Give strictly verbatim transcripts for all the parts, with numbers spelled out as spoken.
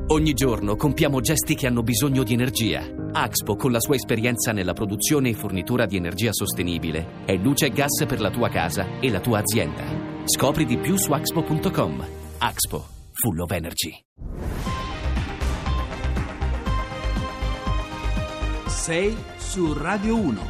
Ogni giorno compiamo gesti che hanno bisogno di energia. Axpo, con la sua esperienza nella produzione e fornitura di energia sostenibile, è luce e gas per la tua casa e la tua azienda. Scopri di più su axpo punto com. Axpo, full of energy. sei su Radio uno.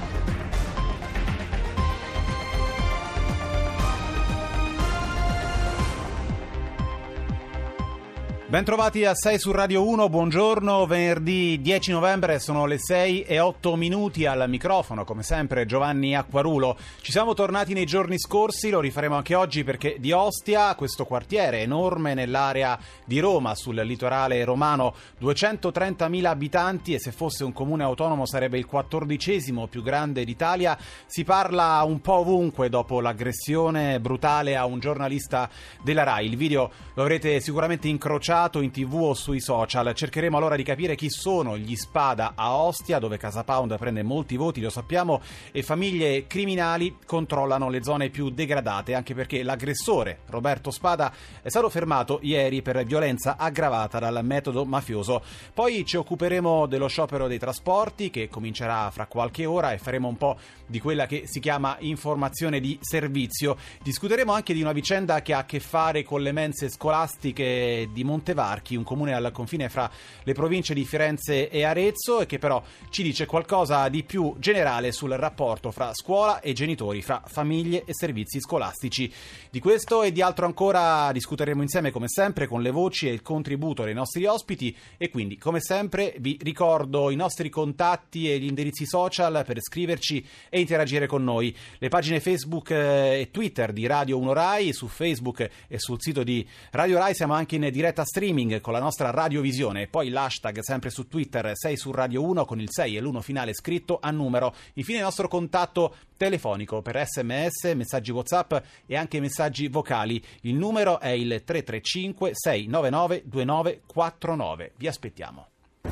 Bentrovati a sei su Radio uno, buongiorno, venerdì dieci novembre, sono le sei e otto minuti, al microfono come sempre Giovanni Acquarulo. Ci siamo tornati nei giorni scorsi, lo rifaremo anche oggi perché di Ostia, questo quartiere enorme nell'area di Roma, sul litorale romano, duecentotrentamila abitanti e se fosse un comune autonomo sarebbe il quattordicesimo più grande d'Italia, si parla un po' ovunque dopo l'aggressione brutale a un giornalista della Rai. Il video lo avrete sicuramente incrociato in tv o sui social. Cercheremo allora di capire chi sono gli Spada a Ostia, dove Casa Pound prende molti voti, lo sappiamo, e famiglie criminali controllano le zone più degradate, anche perché l'aggressore Roberto Spada è stato fermato ieri per violenza aggravata dal metodo mafioso. Poi ci occuperemo dello sciopero dei trasporti che comincerà fra qualche ora e faremo un po' di quella che si chiama informazione di servizio. Discuteremo anche di una vicenda che ha a che fare con le mense scolastiche di Montevarchi, un comune al confine fra le province di Firenze e Arezzo, e che però ci dice qualcosa di più generale sul rapporto fra scuola e genitori, fra famiglie e servizi scolastici. Di questo e di altro ancora discuteremo insieme come sempre con le voci e il contributo dei nostri ospiti, e quindi come sempre vi ricordo i nostri contatti e gli indirizzi social per scriverci e interagire con noi. Le pagine Facebook e Twitter di Radio uno Rai, su Facebook e sul sito di Radio Rai siamo anche in diretta streaming con la nostra radiovisione, e poi l'hashtag sempre su Twitter sei su Radio uno con il sei e l'uno finale scritto a numero. Infine il nostro contatto telefonico per sms, messaggi WhatsApp e anche messaggi vocali. Il numero è il tre tre cinque sei nove nove due nove quattro nove. Vi aspettiamo.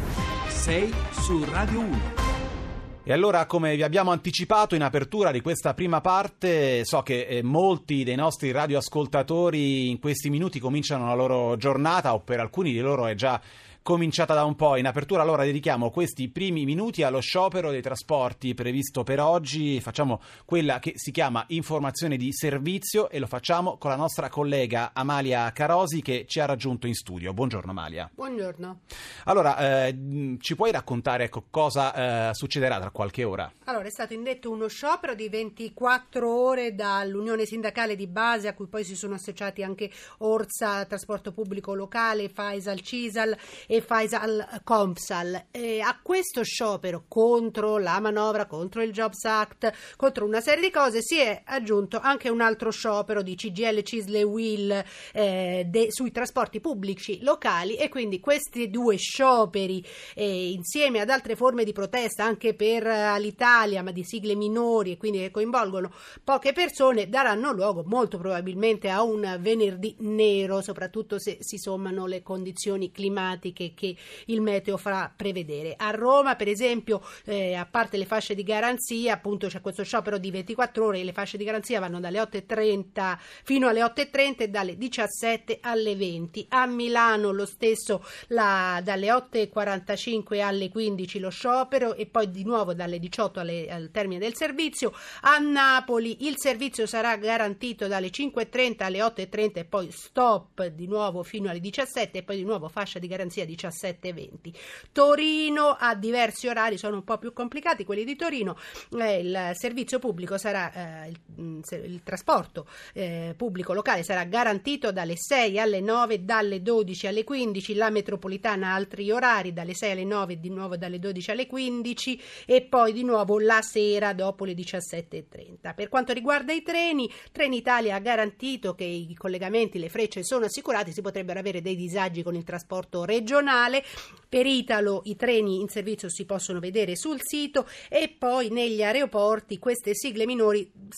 sei su Radio uno. E allora, come vi abbiamo anticipato in apertura di questa prima parte, so che eh, molti dei nostri radioascoltatori in questi minuti cominciano la loro giornata, o per alcuni di loro è già cominciata da un po'. In apertura allora dedichiamo questi primi minuti allo sciopero dei trasporti previsto per oggi. Facciamo quella che si chiama informazione di servizio e lo facciamo con la nostra collega Amalia Carosi, che ci ha raggiunto in studio. Buongiorno Amalia. Buongiorno. Allora, eh, ci puoi raccontare ecco, cosa eh, succederà tra qualche ora? Allora, è stato indetto uno sciopero di ventiquattro ore dall'Unione Sindacale di Base, a cui poi si sono associati anche Orsa Trasporto Pubblico Locale, Faisal Cisal e Faisal Compsal. E a questo sciopero contro la manovra, contro il Jobs Act, contro una serie di cose, si è aggiunto anche un altro sciopero di C G I L, C I S L e U I L eh, de, sui trasporti pubblici locali, e quindi questi due scioperi eh, insieme ad altre forme di protesta anche per uh, l'Italia, ma di sigle minori e quindi che coinvolgono poche persone, daranno luogo molto probabilmente a un venerdì nero, soprattutto se si sommano le condizioni climatiche che il meteo farà prevedere. A Roma, per esempio, eh, a parte le fasce di garanzia, appunto c'è questo sciopero di ventiquattro ore, le fasce di garanzia vanno dalle otto e trenta fino alle otto e trenta e dalle diciassette alle venti. A Milano lo stesso, la, dalle otto e quarantacinque alle quindici lo sciopero, e poi di nuovo dalle diciotto alle, al termine del servizio. A Napoli il servizio sarà garantito dalle cinque e trenta alle otto e trenta e poi stop di nuovo fino alle diciassette, e poi di nuovo fascia di garanzia diciassette e venti. Torino ha diversi orari, sono un po' più complicati quelli di Torino. Eh, il servizio pubblico sarà eh, il, il trasporto eh, pubblico locale sarà garantito dalle sei alle nove, dalle dodici alle quindici. La metropolitana ha altri orari, dalle sei alle nove, di nuovo dalle dodici alle quindici, e poi di nuovo la sera dopo le diciassette e trenta. Per quanto riguarda i treni, Trenitalia ha garantito che i collegamenti, le frecce sono assicurati, si potrebbero avere dei disagi con il trasporto regionale. Per Italo i treni in servizio si possono vedere sul sito, e poi negli aeroporti queste sigle minori si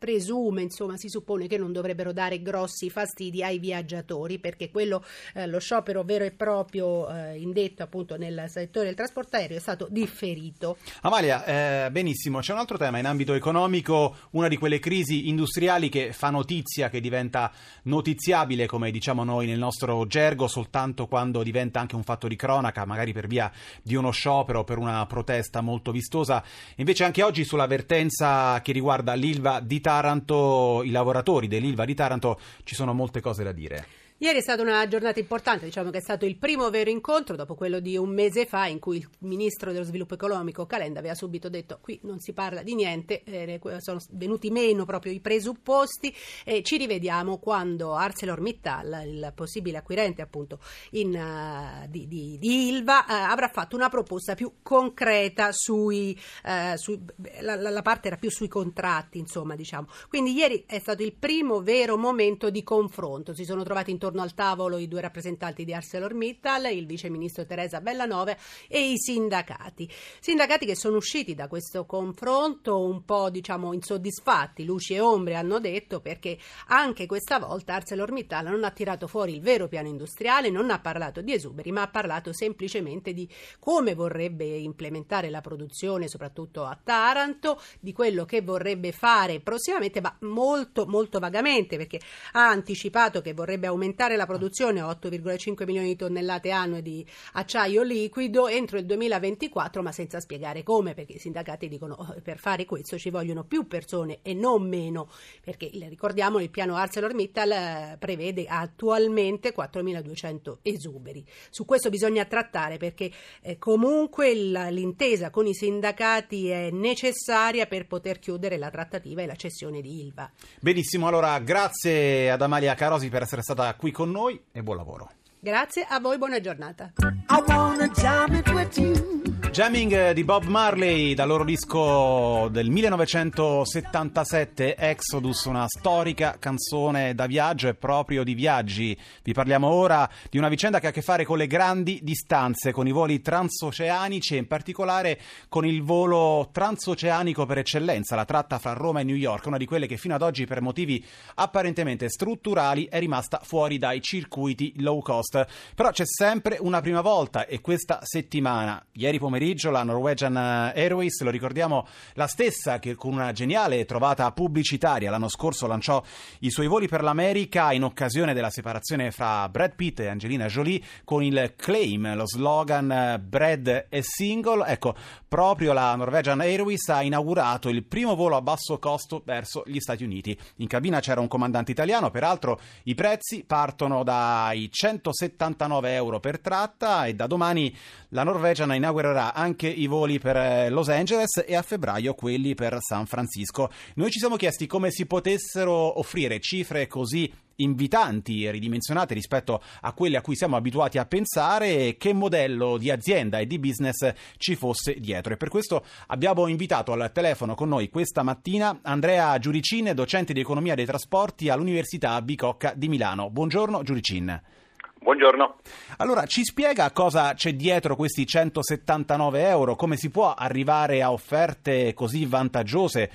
presume, insomma si suppone che non dovrebbero dare grossi fastidi ai viaggiatori, perché quello eh, lo sciopero vero e proprio eh, indetto appunto nel settore del trasporto aereo è stato differito. Amalia, eh, benissimo, c'è un altro tema in ambito economico, una di quelle crisi industriali che fa notizia, che diventa notiziabile, come diciamo noi nel nostro gergo, soltanto quando diventa anche un fatto di cronaca, magari per via di uno sciopero, per una protesta molto vistosa. Invece anche oggi sulla vertenza che riguarda l'Ilva di Taranto, i lavoratori dell'Ilva di Taranto, ci sono molte cose da dire. Ieri è stata una giornata importante, diciamo che è stato il primo vero incontro dopo quello di un mese fa in cui il ministro dello sviluppo economico Calenda aveva subito detto qui non si parla di niente, eh, sono venuti meno proprio i presupposti, eh, ci rivediamo quando ArcelorMittal, il possibile acquirente appunto in, uh, di, di, di Ilva, uh, avrà fatto una proposta più concreta sui, uh, sui la, la parte era più sui contratti, insomma, diciamo. Quindi ieri è stato il primo vero momento di confronto, si sono trovati intorno al tavolo i due rappresentanti di ArcelorMittal, il vice ministro Teresa Bellanova e i sindacati. Sindacati che sono usciti da questo confronto un po', diciamo, insoddisfatti, luci e ombre hanno detto, perché anche questa volta ArcelorMittal non ha tirato fuori il vero piano industriale, non ha parlato di esuberi, ma ha parlato semplicemente di come vorrebbe implementare la produzione, soprattutto a Taranto, di quello che vorrebbe fare prossimamente, ma molto molto vagamente, perché ha anticipato che vorrebbe aumentare la produzione a otto virgola cinque milioni di tonnellate annue di acciaio liquido entro il duemilaventiquattro, ma senza spiegare come, perché i sindacati dicono oh, per fare questo ci vogliono più persone e non meno, perché ricordiamo il piano ArcelorMittal eh, prevede attualmente quattromiladuecento esuberi. Su questo bisogna trattare, perché eh, comunque la, l'intesa con i sindacati è necessaria per poter chiudere la trattativa e la cessione di Ilva. Benissimo, allora grazie ad Amalia Carosi per essere stata qui con noi e buon lavoro. Grazie a voi, buona giornata. Jamming di Bob Marley dal loro disco del millenovecentosettantasette, Exodus, una storica canzone da viaggio e proprio di viaggi. Vi parliamo ora di una vicenda che ha a che fare con le grandi distanze, con i voli transoceanici e in particolare con il volo transoceanico per eccellenza, la tratta fra Roma e New York, una di quelle che fino ad oggi per motivi apparentemente strutturali è rimasta fuori dai circuiti low cost. Però c'è sempre una prima volta e questa settimana, ieri pomeriggio, la Norwegian Airways, lo ricordiamo, la stessa che con una geniale trovata pubblicitaria l'anno scorso lanciò i suoi voli per l'America in occasione della separazione fra Brad Pitt e Angelina Jolie con il claim, lo slogan Brad è single. Ecco, proprio la Norwegian Airways ha inaugurato il primo volo a basso costo verso gli Stati Uniti. In cabina c'era un comandante italiano, peraltro i prezzi partono dai centosettantanove euro per tratta e da domani la Norwegian inaugurerà anche i voli per Los Angeles e a febbraio quelli per San Francisco. Noi ci siamo chiesti come si potessero offrire cifre così invitanti e ridimensionate rispetto a quelle a cui siamo abituati a pensare e che modello di azienda e di business ci fosse dietro. E per questo abbiamo invitato al telefono con noi questa mattina Andrea Giuricin, docente di economia dei trasporti all'Università Bicocca di Milano. Buongiorno Giuricin. Buongiorno. Allora, ci spiega cosa c'è dietro questi centosettantanove euro, come si può arrivare a offerte così vantaggiose,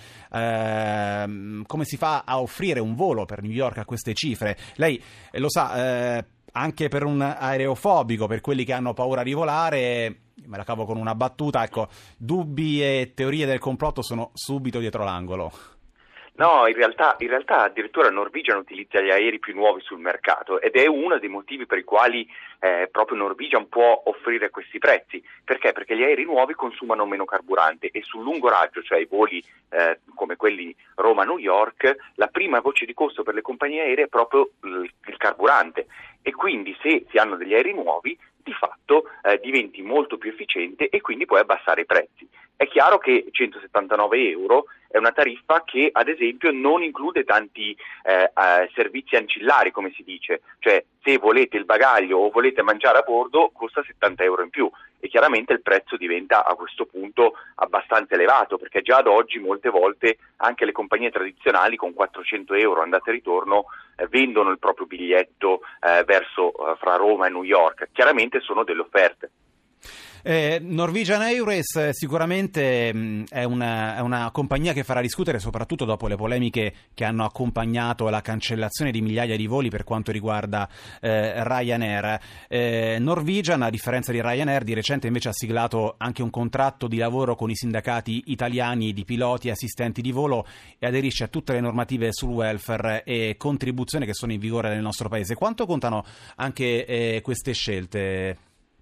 ehm, come si fa a offrire un volo per New York a queste cifre? Lei eh, lo sa, eh, anche per un aerofobico, per quelli che hanno paura di volare, me la cavo con una battuta, ecco, dubbi e teorie del complotto sono subito dietro l'angolo. No, in realtà, in realtà addirittura Norwegian utilizza gli aerei più nuovi sul mercato ed è uno dei motivi per i quali eh, proprio Norwegian può offrire questi prezzi. Perché? Perché gli aerei nuovi consumano meno carburante e sul lungo raggio, cioè i voli eh, come quelli Roma-New York, la prima voce di costo per le compagnie aeree è proprio il, il carburante e quindi se si hanno degli aerei nuovi di fatto eh, diventi molto più efficiente e quindi puoi abbassare i prezzi. È chiaro che centosettantanove euro è una tariffa che ad esempio non include tanti eh, eh, servizi ancillari, come si dice, cioè se volete il bagaglio o volete mangiare a bordo costa settanta euro in più e chiaramente il prezzo diventa a questo punto abbastanza elevato perché già ad oggi molte volte anche le compagnie tradizionali con quattrocento euro andata e ritorno eh, vendono il proprio biglietto eh, verso eh, fra Roma e New York. Chiaramente sono delle offerte. Eh, Norwegian Airways sicuramente mh, è, una, è una compagnia che farà discutere, soprattutto dopo le polemiche che hanno accompagnato la cancellazione di migliaia di voli per quanto riguarda eh, Ryanair. Eh, Norwegian, a differenza di Ryanair, di recente invece ha siglato anche un contratto di lavoro con i sindacati italiani di piloti e assistenti di volo e aderisce a tutte le normative sul welfare e contribuzione che sono in vigore nel nostro paese. Quanto contano anche eh, queste scelte?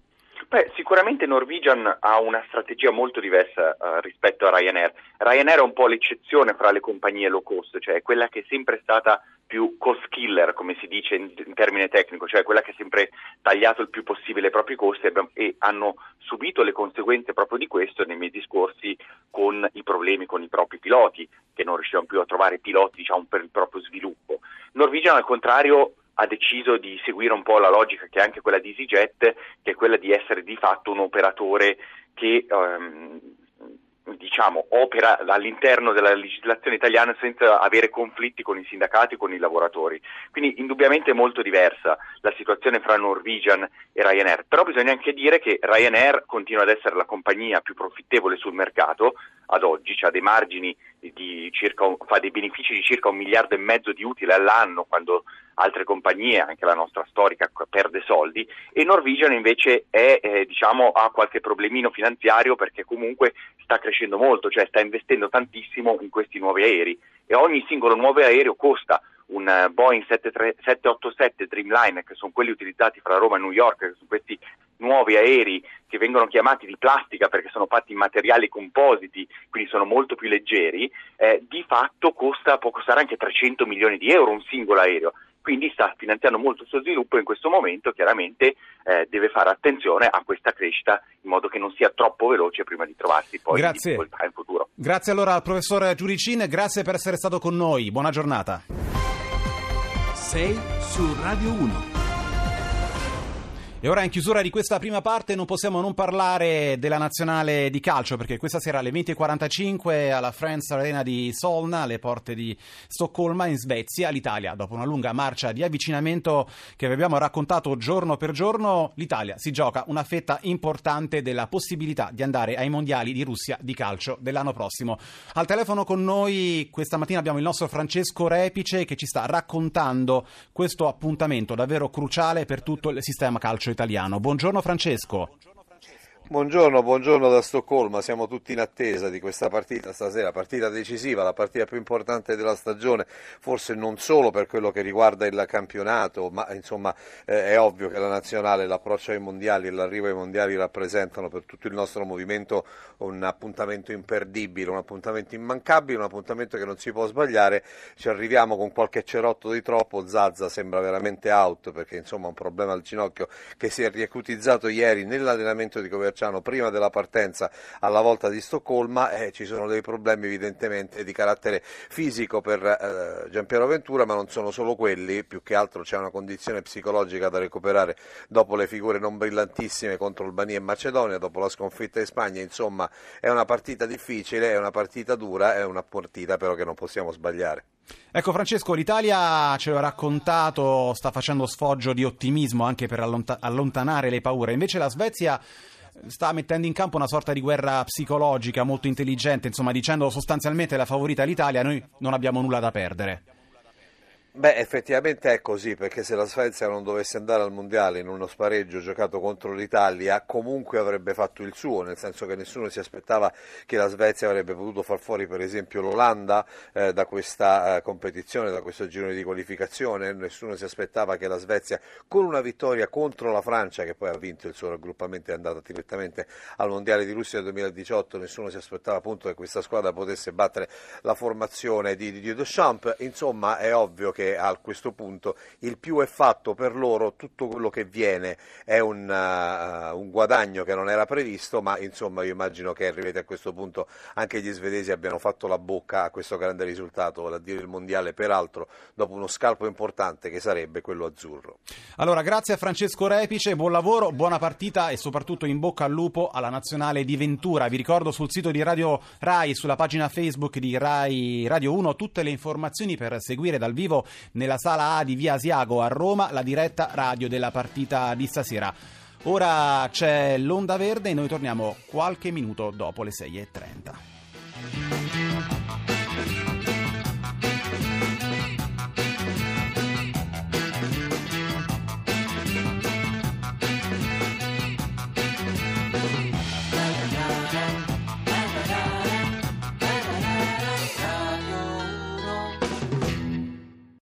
Beh, sicuramente Norwegian ha una strategia molto diversa uh, rispetto a Ryanair. Ryanair è un po' l'eccezione fra le compagnie low cost, cioè è quella che è sempre stata più cost killer, come si dice in, in termine tecnico, cioè quella che ha sempre tagliato il più possibile i propri costi e, e hanno subito le conseguenze proprio di questo nei mesi scorsi con i problemi con i propri piloti, che non riuscivano più a trovare piloti, diciamo, per il proprio sviluppo. Norwegian, al contrario, ha deciso di seguire un po' la logica che è anche quella di EasyJet, che è quella di essere di fatto un operatore che ehm, diciamo opera all'interno della legislazione italiana senza avere conflitti con i sindacati e con i lavoratori. Quindi indubbiamente è molto diversa la situazione fra Norwegian e Ryanair, però bisogna anche dire che Ryanair continua ad essere la compagnia più profittevole sul mercato ad oggi, ha dei margini di circa un, fa dei benefici di circa un miliardo e mezzo di utile all'anno, quando altre compagnie, anche la nostra storica, perde soldi, e Norwegian invece è, eh, diciamo, ha qualche problemino finanziario perché comunque sta crescendo molto, cioè sta investendo tantissimo in questi nuovi aerei e ogni singolo nuovo aereo costa. Un uh, Boeing sette otto sette Dreamliner, che sono quelli utilizzati fra Roma e New York, che sono questi nuovi aerei che vengono chiamati di plastica perché sono fatti in materiali compositi, quindi sono molto più leggeri, eh, di fatto costa, può costare anche trecento milioni di euro un singolo aereo. Quindi sta finanziando molto il suo sviluppo e in questo momento chiaramente eh, deve fare attenzione a questa crescita in modo che non sia troppo veloce prima di trovarsi poi in difficoltà in futuro. Grazie allora al professor Giuricin, grazie per essere stato con noi, buona giornata. sei su Radio uno. E ora in chiusura di questa prima parte non possiamo non parlare della nazionale di calcio, perché questa sera alle venti e quarantacinque alla Friends Arena di Solna, alle porte di Stoccolma in Svezia, l'Italia, dopo una lunga marcia di avvicinamento che vi abbiamo raccontato giorno per giorno, l'Italia si gioca una fetta importante della possibilità di andare ai mondiali di Russia di calcio dell'anno prossimo. Al telefono con noi questa mattina abbiamo il nostro Francesco Repice che ci sta raccontando questo appuntamento davvero cruciale per tutto il sistema calcio italiano. Buongiorno Francesco. Buongiorno, buongiorno da Stoccolma, siamo tutti in attesa di questa partita stasera, partita decisiva, la partita più importante della stagione, forse non solo per quello che riguarda il campionato, ma insomma eh, è ovvio che la nazionale, l'approccio ai mondiali e l'arrivo ai mondiali rappresentano per tutto il nostro movimento un appuntamento imperdibile, un appuntamento immancabile, un appuntamento che non si può sbagliare. Ci arriviamo con qualche cerotto di troppo, Zaza sembra veramente out perché insomma un problema al ginocchio che si è riacutizzato ieri nell'allenamento di Coverciano prima della partenza alla volta di Stoccolma, e eh, ci sono dei problemi evidentemente di carattere fisico per eh, Gianpiero Ventura, ma non sono solo quelli, più che altro c'è una condizione psicologica da recuperare dopo le figure non brillantissime contro Albania e Macedonia, dopo la sconfitta in Spagna. Insomma è una partita difficile, è una partita dura, è una partita però che non possiamo sbagliare. Ecco Francesco, l'Italia, ce l'ho raccontato, sta facendo sfoggio di ottimismo anche per allont- allontanare le paure, invece la Svezia sta mettendo in campo una sorta di guerra psicologica molto intelligente, insomma dicendo sostanzialmente la favorita l'Italia, noi non abbiamo nulla da perdere. Beh, effettivamente è così, perché se la Svezia non dovesse andare al mondiale in uno spareggio giocato contro l'Italia, comunque avrebbe fatto il suo, nel senso che nessuno si aspettava che la Svezia avrebbe potuto far fuori per esempio l'Olanda eh, da questa eh, competizione, da questo girone di qualificazione. Nessuno si aspettava che la Svezia, con una vittoria contro la Francia, che poi ha vinto il suo raggruppamento e è andata direttamente al mondiale di Russia duemiladiciotto, nessuno si aspettava appunto che questa squadra potesse battere la formazione di Didier Deschamps. Insomma è ovvio che che a questo punto il più è fatto per loro, tutto quello che viene è un, uh, un guadagno che non era previsto, ma insomma io immagino che arrivati a questo punto anche gli svedesi abbiano fatto la bocca a questo grande risultato, vale a dire il mondiale, peraltro dopo uno scalpo importante che sarebbe quello azzurro. Allora grazie a Francesco Repice, buon lavoro, buona partita e soprattutto in bocca al lupo alla nazionale di Ventura. Vi ricordo sul sito di Radio Rai, sulla pagina Facebook di Rai Radio uno, tutte le informazioni per seguire dal vivo nella sala A di Via Asiago a Roma la diretta radio della partita di stasera. Ora c'è l'Onda Verde e noi torniamo qualche minuto dopo le sei e trenta.